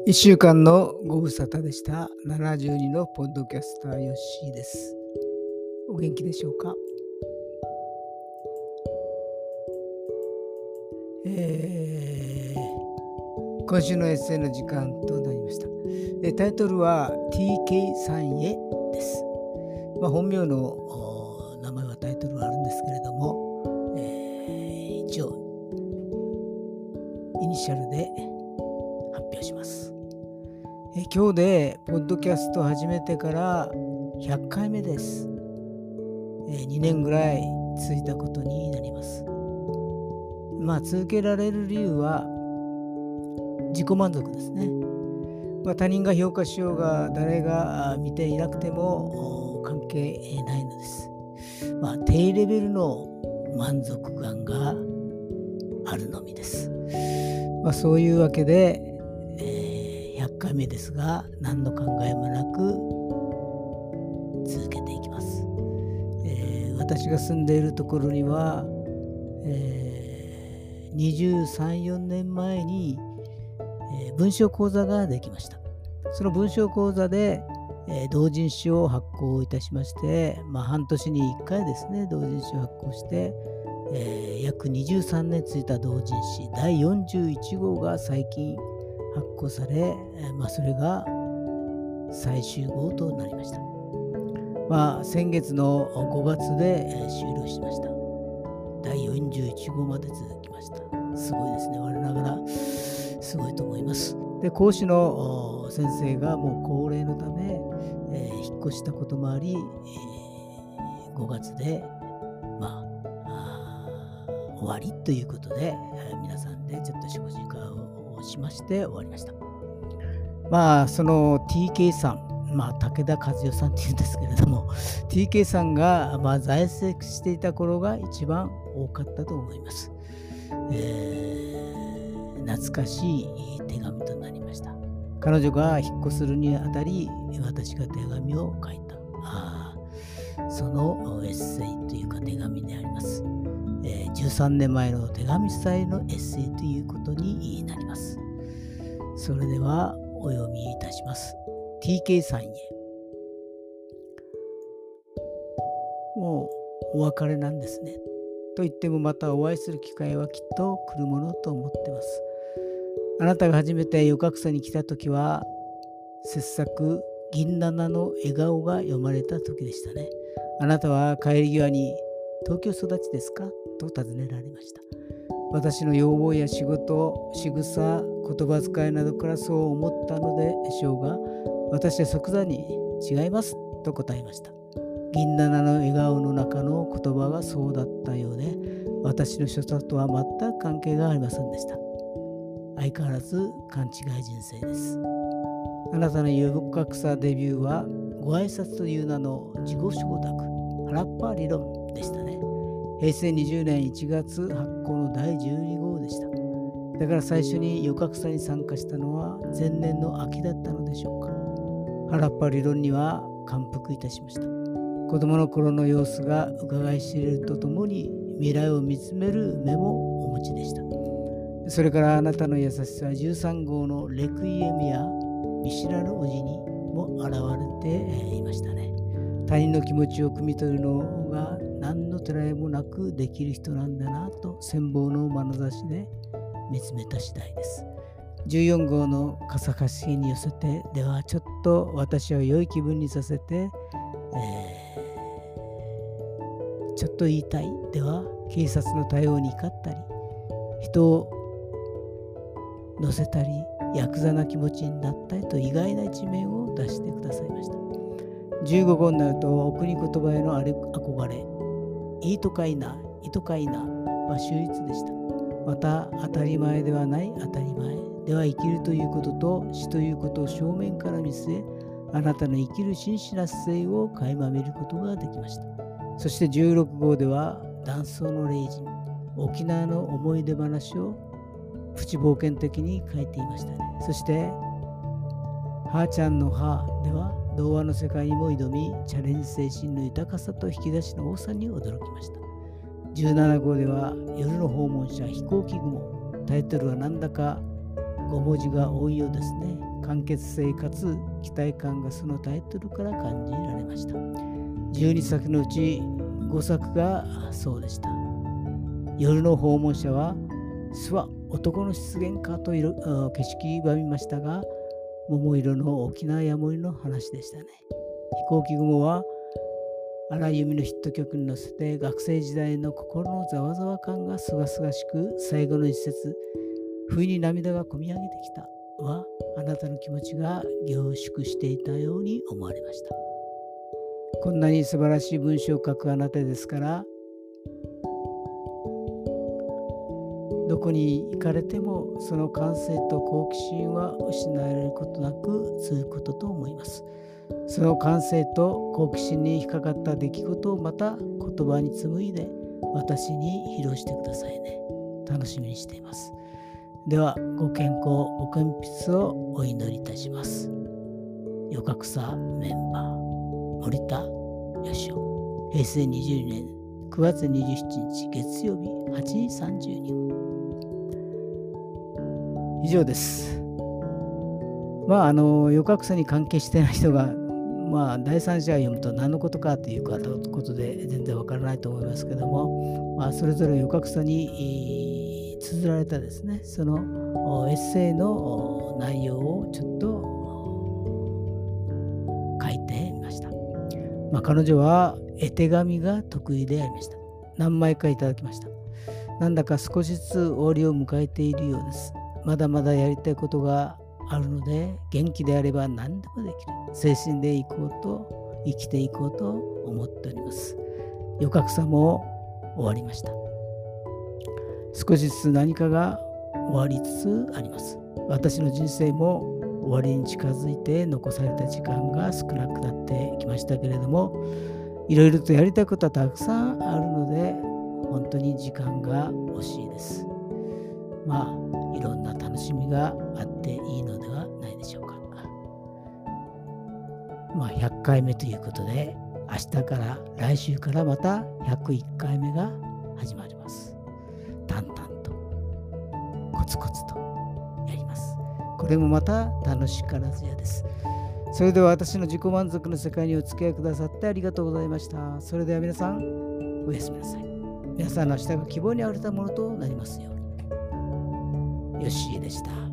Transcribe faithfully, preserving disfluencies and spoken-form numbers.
いっしゅうかんのご無沙汰でした。ななじゅうにのポッドキャスターヨッシーです。お元気でしょうか。えー、今週のエッセイの時間となりました。でタイトルは ティーケー さんへです。まあ、本名の名前はタイトルはあるんですけれども、えー、一応イニシャルで発表します。え今日でポッドキャストを始めてからひゃっかいめです。えにねんぐらい続いたことになります。まあ続けられる理由は自己満足ですね。まあ、他人が評価しようが誰が見ていなくても関係ないのです。まあ低レベルの満足感があるのみです。まあ、そういうわけでひゃっかいめですが、何の考えもなく続けていきます。えー、私が住んでいるところには、えー、にじゅうさん、よねんまえに、えー、文章講座ができました。その文章講座で、えー、同人誌を発行いたしまして、まあ、半年にいっかいですね、同人誌を発行して、えー、約にじゅうさんねん続いた同人誌だいよんじゅういちごうが最近発行され、まあ、それが最終号となりました。まあ、先月のごがつで終了しました。だいよんじゅういちごうまで続きました。すごいですね。我ながらすごいと思います。で、講師の先生がもう高齢のため、えー、引っ越したこともあり、えー、ごがつで、まあ、あ終わりということで、えー、皆さんでちょっと食事会をしまして終わりました。まあその ティーケー さん、まあ武田和代さんっていうんですけれども、ティーケー さんがまあ在籍していた頃が一番多かったと思います。えー、懐かしい手紙となりました。彼女が引っ越するにあたり、私が手紙を書いた、あそのエッセイというか手紙であります。えー、じゅうさんねんまえの手紙スタイルのエッセイということになります。それではお読みいたします。 ティーケー さんへ。もうお別れなんですね。と言ってもまたお会いする機会はきっと来るものと思ってます。あなたが初めてよかくさに来た時は切削銀七の笑顔が読まれた時でしたね。あなたは帰り際に東京育ちですかと尋ねられました。私の要望や仕事、仕草、言葉遣いなどからそう思ったのでしょうが、私は即座に違いますと答えました。銀七の笑顔の中の言葉がそうだったようで、私の所作とは全く関係がありませんでした。相変わらず勘違い人生です。あなたのよかくさデビューはご挨拶という名の自己承諾、原っぱ理論でしたね。へいせいにじゅうねんいちがつ発行のだいじゅうにごうでした。だから最初によかくさに参加したのは前年の秋だったのでしょうか。原っぱ理論には感服いたしました。子供の頃の様子が伺い知れるとともに未来を見つめる目もお持ちでした。それからあなたの優しさはじゅうさんごうのレクイエムや見知らぬおじにも現れていましたね。他人の気持ちを汲み取るのが何のてらいもなくできる人なんだなと羨望の眼差しで見つめた次第です。じゅうよんごうの笠かしげに寄せて、ではちょっと私を良い気分にさせて、えー、ちょっと言いたい、では警察の対応に怒ったり、人を乗せたりヤクザな気持ちになったりと意外な一面を出してくださいました。じゅうごごうになるとお国言葉への憧れ、いいとかいな、いとかいなは秀逸でした。また当たり前ではない当たり前では生きるということと死ということを正面から見据え、あなたの生きる真摯な姿勢を垣間見ることができました。そしてじゅうろくごうでは断層の霊人、沖縄の思い出話をプチ冒険的に書いていましたね。そしてはーちゃんのはーでは童話の世界にも挑み、チャレンジ精神の豊かさと引き出しの多さに驚きました。じゅうななごうでは夜の訪問者飛行機雲、タイトルはなんだかごもじが多いようですね。 完結性かつ期待感がそのタイトルから感じられました。じゅうにさくのうちごさくがそうでした。夜の訪問者は巣は男の出現かと色景色ばみましたが、桃色の大きなヤモリの話でしたね。飛行機雲は荒井由実のヒット曲に乗せて学生時代の心のざわざわ感がすがすがしく、最後の一節、不意に涙がこみ上げてきたはあなたの気持ちが凝縮していたように思われました。こんなに素晴らしい文章を書くあなたですから、どこに行かれてもその感性と好奇心は失われることなく続くことと思います。その感性と好奇心に引っかかった出来事をまた言葉に紡いで私に披露してくださいね。楽しみにしています。ではご健康ご健筆をお祈りいたします。よかくさメンバー森田よしお、へいせいにじゅうにねんくがつにじゅうしちにち月曜日はちじさんじゅうにふん。以上です。まああのよかくさに関係してない人がまあ第三者が読むと何のことかということで全然わからないと思いますけども、まあ、それぞれよかくさに綴られたですね、そのエッセイの内容をちょっと書いてみました。まあ、彼女は絵手紙が得意でありました。何枚かいただきました。なんだか少しずつ終わりを迎えているようです。まだまだやりたいことがあるので、元気であれば何でもできる。精神でいこうと、生きていこうと思っております。よかくさも終わりました。少しずつ何かが終わりつつあります。私の人生も終わりに近づいて残された時間が少なくなってきましたけれども、いろいろとやりたいことはたくさんあるので、本当に時間が惜しいです。まあいろんな楽しみがあっていいのではないでしょうか。まあひゃっかいめということで、明日から来週からまたひゃくいっかいめが始まります。淡々とコツコツとやります。これもまた楽しからずやです。それでは私の自己満足の世界にお付き合いくださってありがとうございました。それでは皆さんおやすみなさい。皆さんの明日が希望にあふれたものとなりますように。よっしーでした。